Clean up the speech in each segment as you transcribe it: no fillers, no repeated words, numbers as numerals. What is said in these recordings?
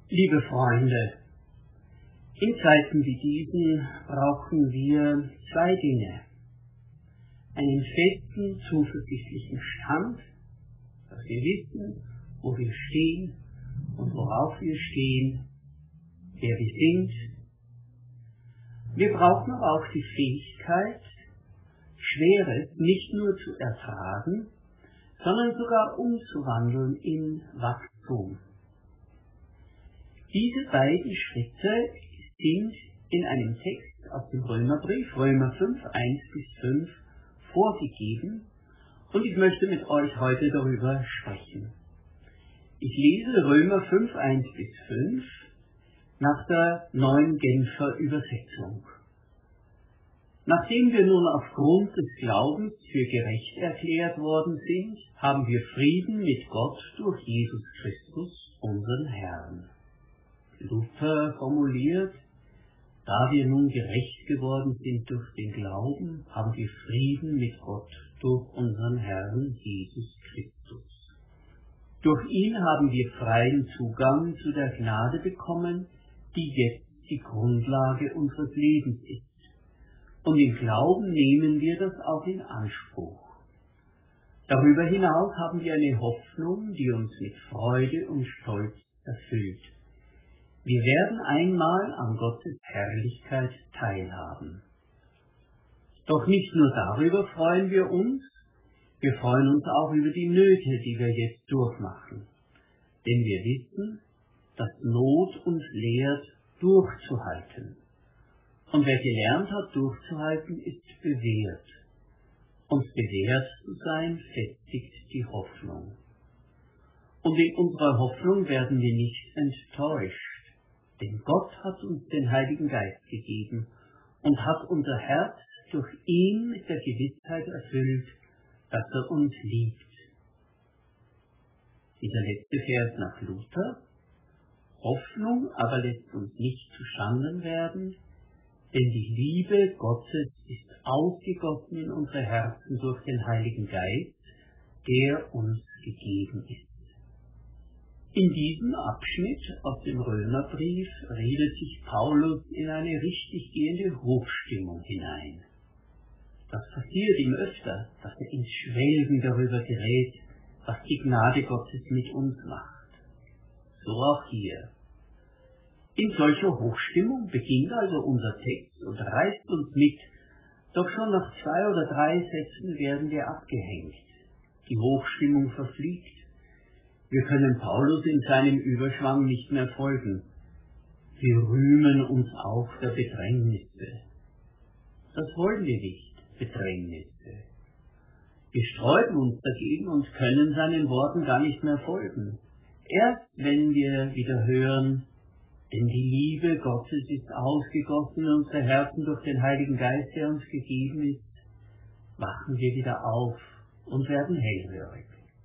Liebe Freunde, in Zeiten wie diesen brauchen wir zwei Dinge. Einen festen, zuversichtlichen Stand, dass wir wissen, wo wir stehen und worauf wir stehen, wer wir sind. Wir brauchen aber auch die Fähigkeit, Schweres nicht nur zu ertragen, sondern sogar umzuwandeln in Wachstum. Diese beiden Schritte sind in einem Text aus dem Römerbrief, Römer 5, 1-5, vorgegeben, und ich möchte mit euch heute darüber sprechen. Ich lese Römer 5, 1-5 nach der neuen Genfer Übersetzung. Nachdem wir nun aufgrund des Glaubens für gerecht erklärt worden sind, haben wir Frieden mit Gott durch Jesus Christus, unseren Herrn. Luther formuliert: Da wir nun gerecht geworden sind durch den Glauben, haben wir Frieden mit Gott durch unseren Herrn Jesus Christus. Durch ihn haben wir freien Zugang zu der Gnade bekommen, die jetzt die Grundlage unseres Lebens ist. Und im Glauben nehmen wir das auch in Anspruch. Darüber hinaus haben wir eine Hoffnung, die uns mit Freude und Stolz erfüllt. Wir werden einmal an Gottes Herrlichkeit teilhaben. Doch nicht nur darüber freuen wir uns uns auch über die Nöte, die wir jetzt durchmachen. Denn wir wissen, dass Not uns lehrt, durchzuhalten. Und wer gelernt hat, durchzuhalten, ist bewährt. Und bewährt zu sein, festigt die Hoffnung. Und in unserer Hoffnung werden wir nicht enttäuscht. Denn Gott hat uns den Heiligen Geist gegeben und hat unser Herz durch ihn mit der Gewissheit erfüllt, dass er uns liebt. Dieser letzte Vers nach Luther: Hoffnung aber lässt uns nicht zuschanden werden, denn die Liebe Gottes ist ausgegossen in unsere Herzen durch den Heiligen Geist, der uns gegeben ist. In diesem Abschnitt aus dem Römerbrief redet sich Paulus in eine richtig gehende Hochstimmung hinein. Das passiert ihm öfter, dass er ins Schwelgen darüber gerät, was die Gnade Gottes mit uns macht. So auch hier. In solcher Hochstimmung beginnt also unser Text und reißt uns mit, doch schon nach 2 oder 3 Sätzen werden wir abgehängt. Die Hochstimmung verfliegt. Wir können Paulus in seinem Überschwang nicht mehr folgen. Wir rühmen uns auch der Bedrängnisse. Das wollen wir nicht, Bedrängnisse. Wir sträuben uns dagegen und können seinen Worten gar nicht mehr folgen. Erst wenn wir wieder hören, denn die Liebe Gottes ist ausgegossen in unsere Herzen durch den Heiligen Geist, der uns gegeben ist, wachen wir wieder auf und werden hellhörig.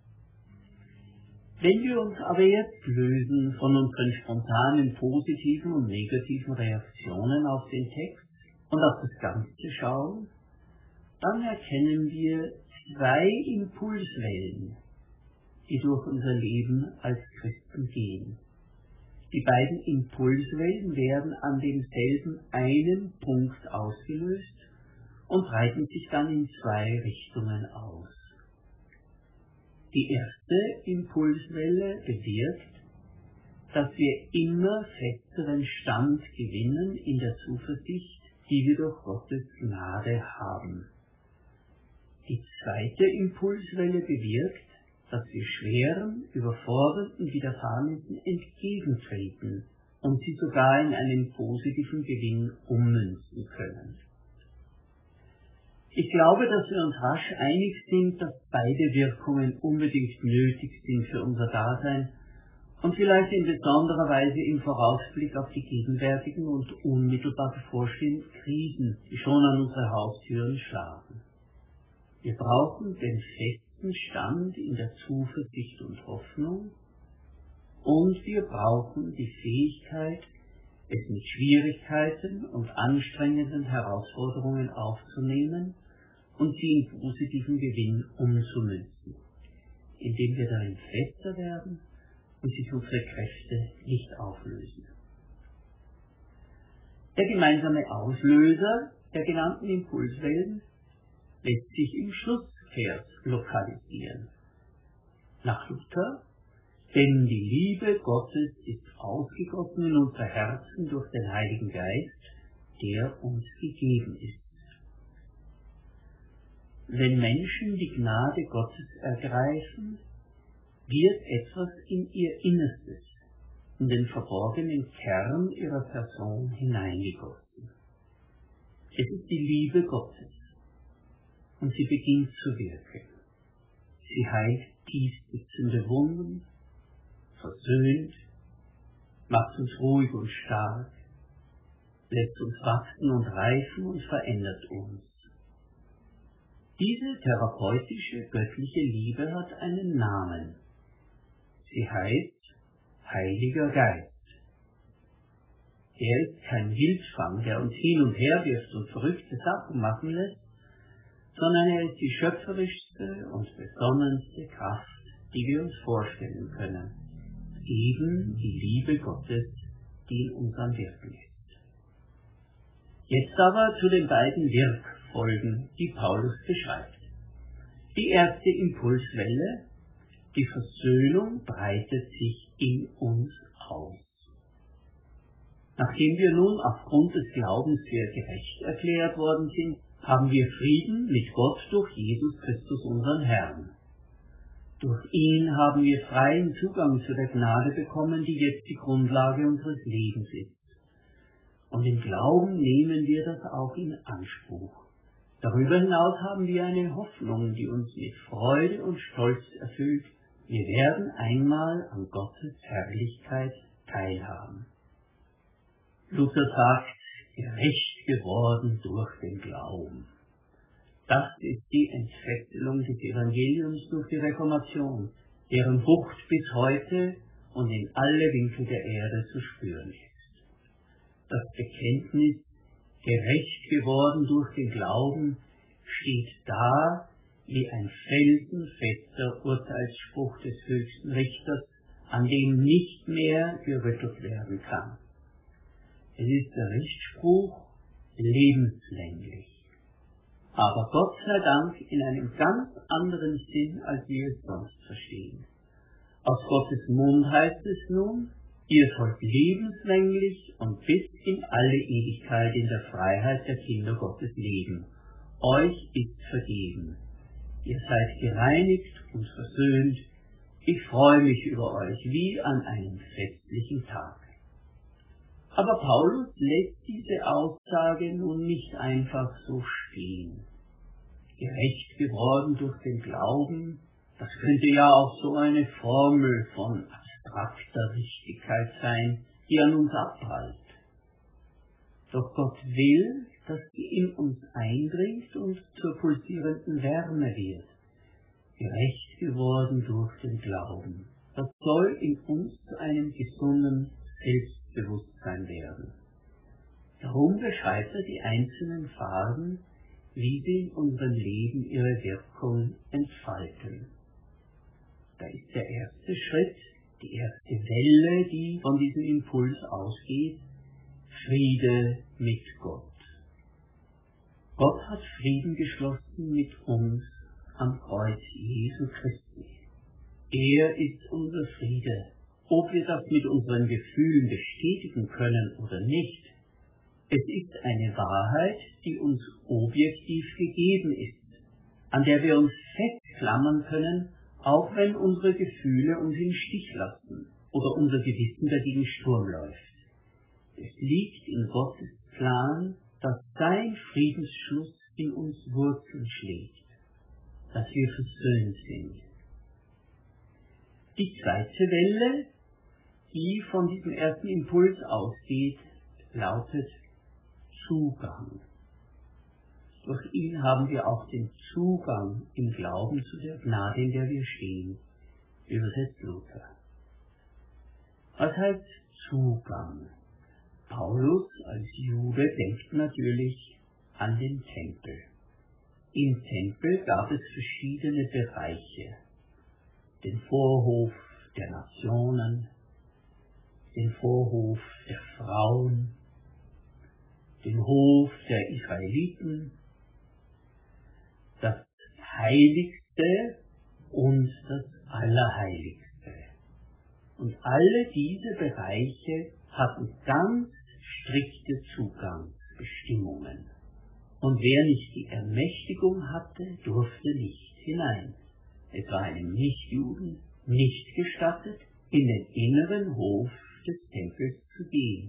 Wenn wir uns aber jetzt lösen von unseren spontanen positiven und negativen Reaktionen auf den Text und auf das Ganze schauen, dann erkennen wir 2 Impulswellen, die durch unser Leben als Christen gehen. Die beiden Impulswellen werden an demselben einen Punkt ausgelöst und breiten sich dann in 2 Richtungen aus. Die erste Impulswelle bewirkt, dass wir immer festeren Stand gewinnen in der Zuversicht, die wir durch Gottes Gnade haben. Die zweite Impulswelle bewirkt, dass wir schweren, überfordernden Widerfahrnissen entgegentreten und sie sogar in einen positiven Gewinn ummünzen können. Ich glaube, dass wir uns rasch einig sind, dass beide Wirkungen unbedingt nötig sind für unser Dasein und vielleicht in besonderer Weise im Vorausblick auf die gegenwärtigen und unmittelbar bevorstehenden Krisen, die schon an unsere Haustüren schlagen. Wir brauchen den festen Stand in der Zuversicht und Hoffnung und wir brauchen die Fähigkeit, es mit Schwierigkeiten und anstrengenden Herausforderungen aufzunehmen und sie in positiven Gewinn umzumünzen, indem wir darin fester werden und sich unsere Kräfte nicht auflösen. Der gemeinsame Auslöser der genannten Impulswellen lässt sich im Schlussvers lokalisieren. Nach Luther: Denn die Liebe Gottes ist ausgegossen in unsere Herzen durch den Heiligen Geist, der uns gegeben ist. Wenn Menschen die Gnade Gottes ergreifen, wird etwas in ihr Innerstes, in den verborgenen Kern ihrer Person hineingegossen. Es ist die Liebe Gottes und sie beginnt zu wirken. Sie heilt tief sitzende Wunden, versöhnt, macht uns ruhig und stark, lässt uns wachsen und reifen und verändert uns. Diese therapeutische, göttliche Liebe hat einen Namen. Sie heißt Heiliger Geist. Er ist kein Wildfang, der uns hin und her wirft und verrückte Sachen machen lässt, sondern er ist die schöpferischste und besonnenste Kraft, die wir uns vorstellen können. Eben die Liebe Gottes, die in unserem Wirken ist. Jetzt aber zu den beiden Wirkfolgen, die Paulus beschreibt. Die erste Impulswelle, die Versöhnung, breitet sich in uns aus. Nachdem wir nun aufgrund des Glaubens für gerecht erklärt worden sind, haben wir Frieden mit Gott durch Jesus Christus, unseren Herrn. Durch ihn haben wir freien Zugang zu der Gnade bekommen, die jetzt die Grundlage unseres Lebens ist. Und im Glauben nehmen wir das auch in Anspruch. Darüber hinaus haben wir eine Hoffnung, die uns mit Freude und Stolz erfüllt. Wir werden einmal an Gottes Herrlichkeit teilhaben. Luther sagt, gerecht geworden durch den Glauben. Das ist die Entfesselung des Evangeliums durch die Reformation, deren Frucht bis heute und in alle Winkel der Erde zu spüren ist. Das Bekenntnis, gerecht geworden durch den Glauben, steht da wie ein felsenfester Urteilsspruch des höchsten Richters, an dem nicht mehr gerüttelt werden kann. Es ist der Richtspruch lebenslänglich. Aber Gott sei Dank in einem ganz anderen Sinn, als wir es sonst verstehen. Aus Gottes Mund heißt es nun: Ihr sollt lebenslänglich und bis in alle Ewigkeit in der Freiheit der Kinder Gottes leben. Euch ist vergeben. Ihr seid gereinigt und versöhnt. Ich freue mich über euch wie an einem festlichen Tag. Aber Paulus lässt diese Aussage nun nicht einfach so stehen. Gerecht geworden durch den Glauben, das könnte ja auch so eine Formel von abstrakter Richtigkeit sein, die an uns abprallt. Doch Gott will, dass sie in uns eindringt und zur pulsierenden Wärme wird. Gerecht geworden durch den Glauben. Das soll in uns zu einem gesunden Selbstbewusstsein werden. Darum beschreibt er die einzelnen Phasen, wie sie in unserem Leben ihre Wirkung entfalten. Da ist der erste Schritt, die erste Welle, die von diesem Impuls ausgeht: Friede mit Gott. Gott hat Frieden geschlossen mit uns am Kreuz Jesu Christi. Er ist unser Friede. Ob wir das mit unseren Gefühlen bestätigen können oder nicht, es ist eine Wahrheit, die uns objektiv gegeben ist, an der wir uns festklammern können, auch wenn unsere Gefühle uns im Stich lassen oder unser Gewissen dagegen Sturm läuft. Es liegt in Gottes Plan, dass sein Friedensschluss in uns Wurzeln schlägt, dass wir versöhnt sind. Die zweite Welle, die von diesem ersten Impuls ausgeht, lautet Zugang. Durch ihn haben wir auch den Zugang im Glauben zu der Gnade, in der wir stehen, übersetzt Luther. Was heißt Zugang? Paulus als Jude denkt natürlich an den Tempel. Im Tempel gab es verschiedene Bereiche: den Vorhof, der Nationen, den Vorhof der Frauen, den Hof der Israeliten, das Heiligste und das Allerheiligste. Und alle diese Bereiche hatten ganz strikte Zugangsbestimmungen. Und wer nicht die Ermächtigung hatte, durfte nicht hinein. Es war einem Nichtjuden nicht gestattet, in den inneren Hof des Tempels zu gehen.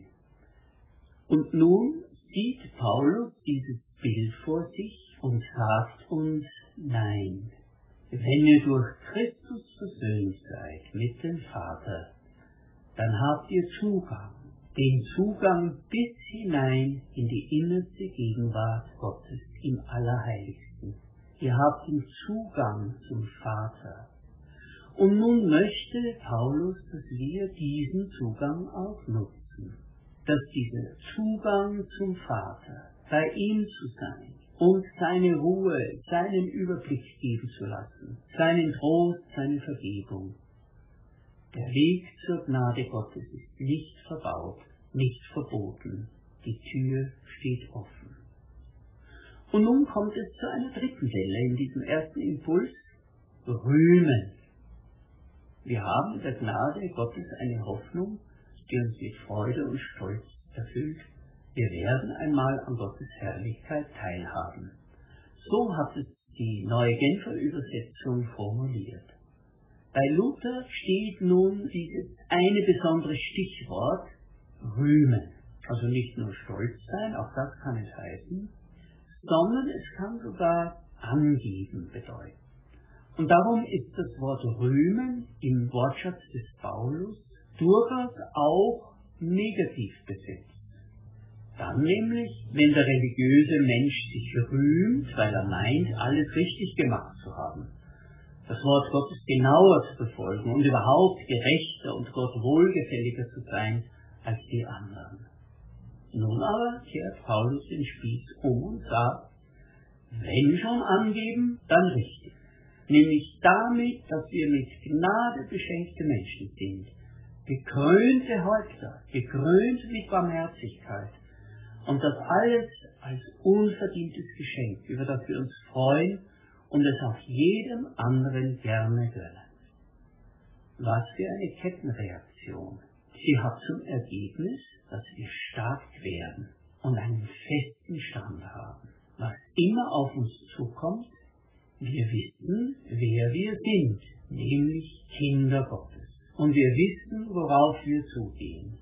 Und nun sieht Paulus dieses Bild vor sich und sagt uns, nein, wenn ihr durch Christus versöhnt seid mit dem Vater, dann habt ihr Zugang, den Zugang bis hinein in die innerste Gegenwart Gottes im Allerheiligsten. Ihr habt den Zugang zum Vater. Und nun möchte Paulus, dass wir diesen Zugang auch nutzen. Dass dieser Zugang zum Vater, bei ihm zu sein und seine Ruhe, seinen Überblick geben zu lassen, seinen Trost, seine Vergebung. Der Weg zur Gnade Gottes ist nicht verbaut, nicht verboten. Die Tür steht offen. Und nun kommt es zu einer dritten Welle in diesem ersten Impuls, Rühmen. Wir haben in der Gnade Gottes eine Hoffnung, die uns mit Freude und Stolz erfüllt. Wir werden einmal an Gottes Herrlichkeit teilhaben. So hat es die Neue Genfer Übersetzung formuliert. Bei Luther steht nun dieses eine besondere Stichwort, Rühmen. Also nicht nur stolz sein, auch das kann es heißen, sondern es kann sogar angeben bedeuten. Und darum ist das Wort Rühmen im Wortschatz des Paulus durchaus auch negativ besetzt. Dann nämlich, wenn der religiöse Mensch sich rühmt, weil er meint, alles richtig gemacht zu haben, das Wort Gottes genauer zu befolgen und überhaupt gerechter und Gott wohlgefälliger zu sein als die anderen. Nun aber kehrt Paulus den Spieß um und sagt, wenn schon angeben, dann richtig. Nämlich damit, dass wir mit Gnade beschenkte Menschen sind, gekrönte Häupter, gekrönt mit Barmherzigkeit, und das alles als unverdientes Geschenk, über das wir uns freuen und es auch jedem anderen gerne gönnen. Was für eine Kettenreaktion. Sie hat zum Ergebnis, dass wir stark werden und einen festen Stand haben. Was immer auf uns zukommt, wir wissen, wer wir sind, nämlich Kinder Gottes. Und wir wissen, worauf wir zugehen.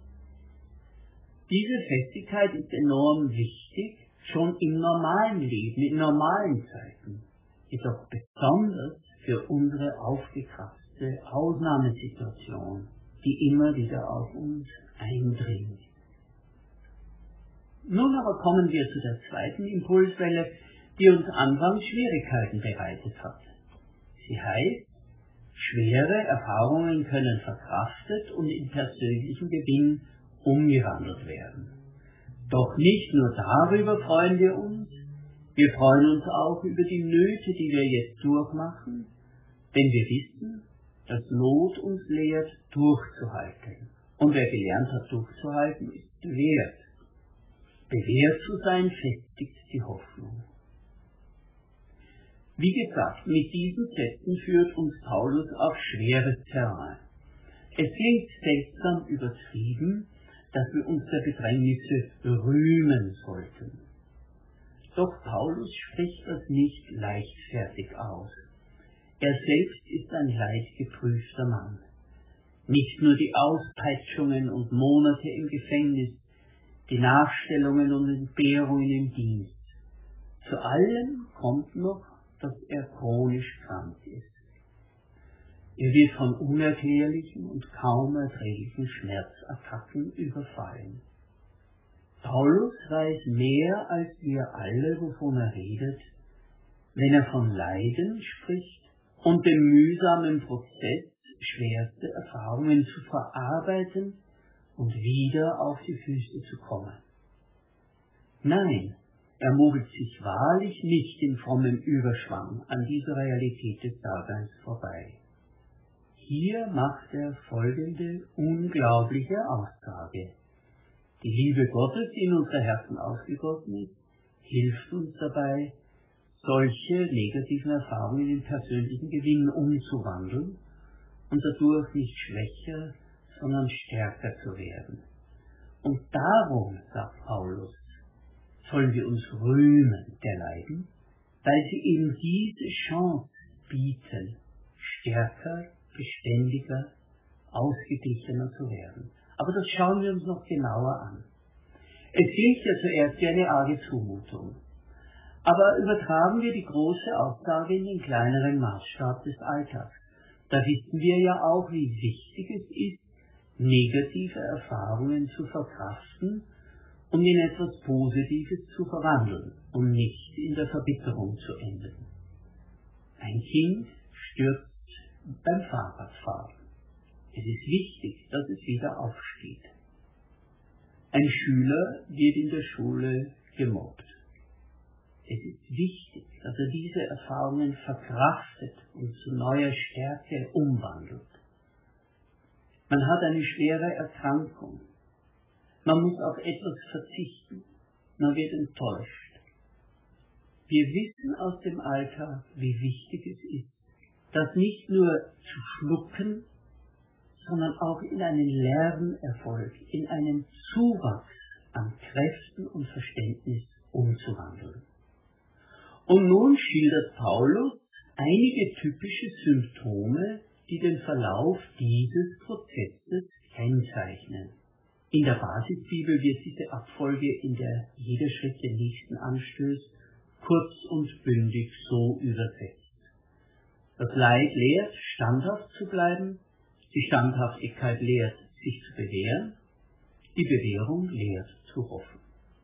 Diese Festigkeit ist enorm wichtig, schon im normalen Leben, in normalen Zeiten, jedoch besonders für unsere aufgekratzte Ausnahmesituation, die immer wieder auf uns eindringt. Nun aber kommen wir zu der zweiten Impulswelle, die uns anfangs Schwierigkeiten bereitet hat. Sie heißt, schwere Erfahrungen können verkraftet und in persönlichen Gewinn umgewandelt werden. Doch nicht nur darüber freuen wir uns uns auch über die Nöte, die wir jetzt durchmachen, denn wir wissen, dass Not uns lehrt, durchzuhalten. Und wer gelernt hat, durchzuhalten, ist bewährt. Bewährt zu sein, festigt die Hoffnung. Wie gesagt, mit diesen Sätzen führt uns Paulus auf schweres Terrain. Es klingt seltsam übertrieben, dass wir uns der Bedrängnisse rühmen sollten. Doch Paulus spricht das nicht leichtfertig aus. Er selbst ist ein leidgeprüfter Mann. Nicht nur die Auspeitschungen und Monate im Gefängnis, die Nachstellungen und Entbehrungen im Dienst. Zu allem kommt noch, dass er chronisch krank ist. Er wird von unerklärlichen und kaum erträglichen Schmerzattacken überfallen. Paulus weiß mehr als wir alle, wovon er redet, wenn er von Leiden spricht und dem mühsamen Prozess, schwerste Erfahrungen zu verarbeiten und wieder auf die Füße zu kommen. Nein, er mogelt sich wahrlich nicht in frommem Überschwang an dieser Realität des Daseins vorbei. Hier macht er folgende unglaubliche Aussage. Die Liebe Gottes, die in unsere Herzen ausgegossen ist, hilft uns dabei, solche negativen Erfahrungen in persönlichen Gewinn umzuwandeln und dadurch nicht schwächer, sondern stärker zu werden. Und darum, sagt Paulus, sollen wir uns rühmen der Leiden, weil sie eben diese Chance bieten, stärker, beständiger, ausgeglichener zu werden. Aber das schauen wir uns noch genauer an. Es klingt ja zuerst wie eine arge Zumutung. Aber übertragen wir die große Aussage in den kleineren Maßstab des Alltags. Da wissen wir ja auch, wie wichtig es ist, negative Erfahrungen zu verkraften und in etwas Positives zu verwandeln und nicht in der Verbitterung zu enden. Ein Kind stürzt beim Fahrradfahren. Es ist wichtig, dass es wieder aufsteht. Ein Schüler wird in der Schule gemobbt. Es ist wichtig, dass er diese Erfahrungen verkraftet und zu neuer Stärke umwandelt. Man hat eine schwere Erkrankung. Man muss auf etwas verzichten. Man wird enttäuscht. Wir wissen aus dem Alltag, wie wichtig es ist, das nicht nur zu schlucken, sondern auch in einen Lernerfolg, in einen Zuwachs an Kräften und Verständnis umzuwandeln. Und nun schildert Paulus einige typische Symptome, die den Verlauf dieses Prozesses kennzeichnen. In der Basisbibel wird diese Abfolge, in der jeder Schritt den nächsten anstößt, kurz und bündig so übersetzt. Das Leid lehrt, standhaft zu bleiben, die Standhaftigkeit lehrt, sich zu bewähren, die Bewährung lehrt, zu hoffen.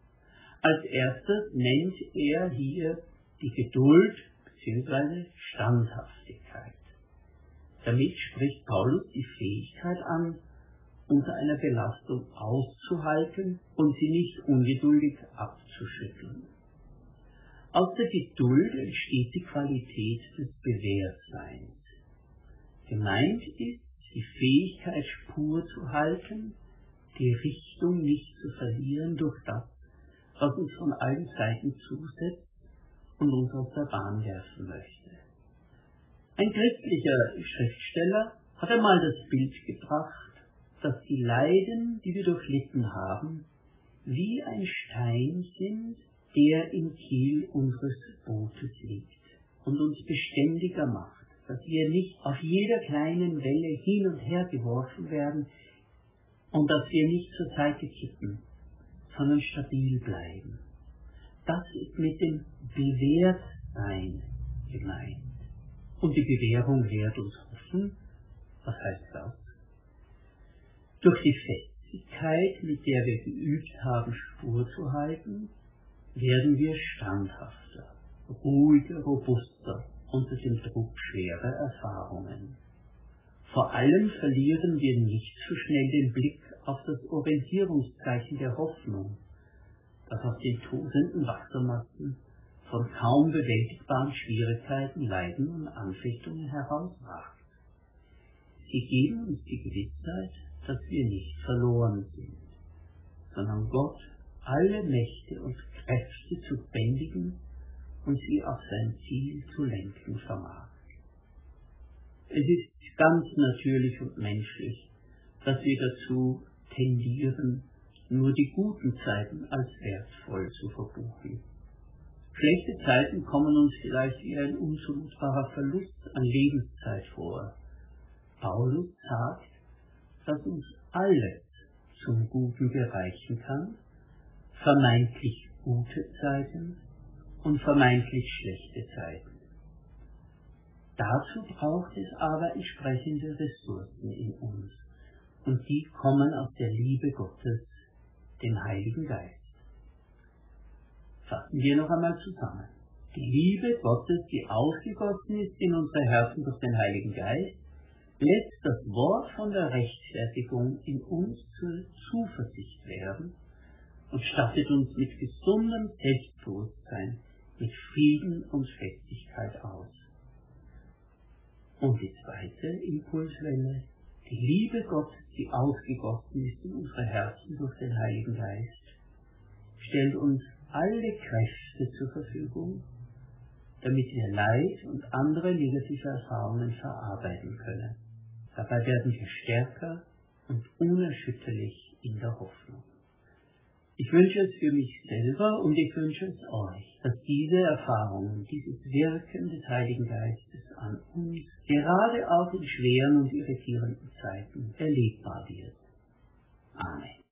Als erstes nennt er hier die Geduld bzw. Standhaftigkeit. Damit spricht Paulus die Fähigkeit an, unter einer Belastung auszuhalten und sie nicht ungeduldig abzuschütteln. Aus der Geduld entsteht die Qualität des Bewährtseins. Gemeint ist die Fähigkeit, Spur zu halten, die Richtung nicht zu verlieren durch das, was uns von allen Seiten zusetzt und uns aus der Bahn werfen möchte. Ein christlicher Schriftsteller hat einmal das Bild gebracht, dass die Leiden, die wir durchlitten haben, wie ein Stein sind, der im Kiel unseres Bootes liegt und uns beständiger macht, dass wir nicht auf jeder kleinen Welle hin und her geworfen werden und dass wir nicht zur Seite kippen, sondern stabil bleiben. Das ist mit dem Bewährtsein gemeint. Und die Bewährung lehrt uns hoffen. Was heißt das? Durch die Festigkeit, mit der wir geübt haben, Spur zu halten, werden wir standhafter, ruhiger, robuster unter dem Druck schwerer Erfahrungen. Vor allem verlieren wir nicht so schnell den Blick auf das Orientierungszeichen der Hoffnung, das aus den tosenden Wassermassen von kaum bewältigbaren Schwierigkeiten, Leiden und Anfechtungen herausragt. Sie geben uns die Gewissheit, dass wir nicht verloren sind, sondern Gott alle Mächte und Kräfte zu bändigen und sie auf sein Ziel zu lenken vermag. Es ist ganz natürlich und menschlich, dass wir dazu tendieren, nur die guten Zeiten als wertvoll zu verbuchen. Schlechte Zeiten kommen uns vielleicht wie ein unzumutbarer Verlust an Lebenszeit vor. Paulus sagt, dass uns alles zum Guten gereichen kann, vermeintlich gute Zeiten und vermeintlich schlechte Zeiten. Dazu braucht es aber entsprechende Ressourcen in uns, und die kommen aus der Liebe Gottes, dem Heiligen Geist. Fassen wir noch einmal zusammen. Die Liebe Gottes, die ausgegossen ist in unsere Herzen durch den Heiligen Geist, lässt das Wort von der Rechtfertigung in uns zur Zuversicht werden und stattet uns mit gesundem Selbstbewusstsein, mit Frieden und Festigkeit aus. Und die zweite Impulswelle, die Liebe Gottes, die ausgegossen ist in unsere Herzen durch den Heiligen Geist, stellt uns alle Kräfte zur Verfügung, damit wir Leid und andere negative Erfahrungen verarbeiten können. Dabei werden wir stärker und unerschütterlich in der Hoffnung. Ich wünsche es für mich selber und ich wünsche es euch, dass diese Erfahrung, dieses Wirken des Heiligen Geistes an uns gerade auch in schweren und irritierenden Zeiten erlebbar wird. Amen.